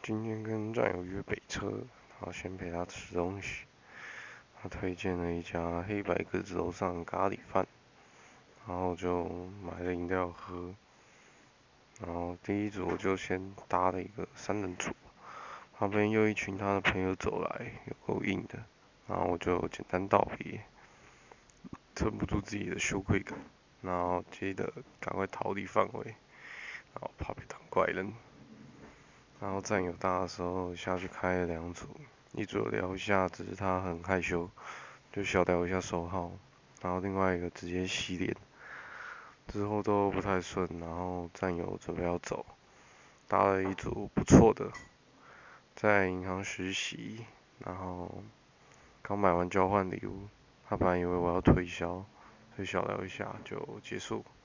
今天跟战友约北车，然后先陪他吃东西。他推荐了一家黑白鸽子楼上咖喱饭，然后就买了饮料喝。然后第一组我就先搭了一个3人组，旁边又一群他的朋友走来，有够硬的。然后我就简单道别，撑不住自己的羞愧感，然后记得赶快逃离范围，然后怕被当怪人。然后战友大的时候下去开了2组，一组聊一下，只是他很害羞，就小聊一下手号，然后另外一个直接洗脸，之后都不太顺，然后战友准备要走，搭了一组不错的，在银行实习，然后刚买完交换礼物，他本来以为我要推销，所以小聊一下就结束。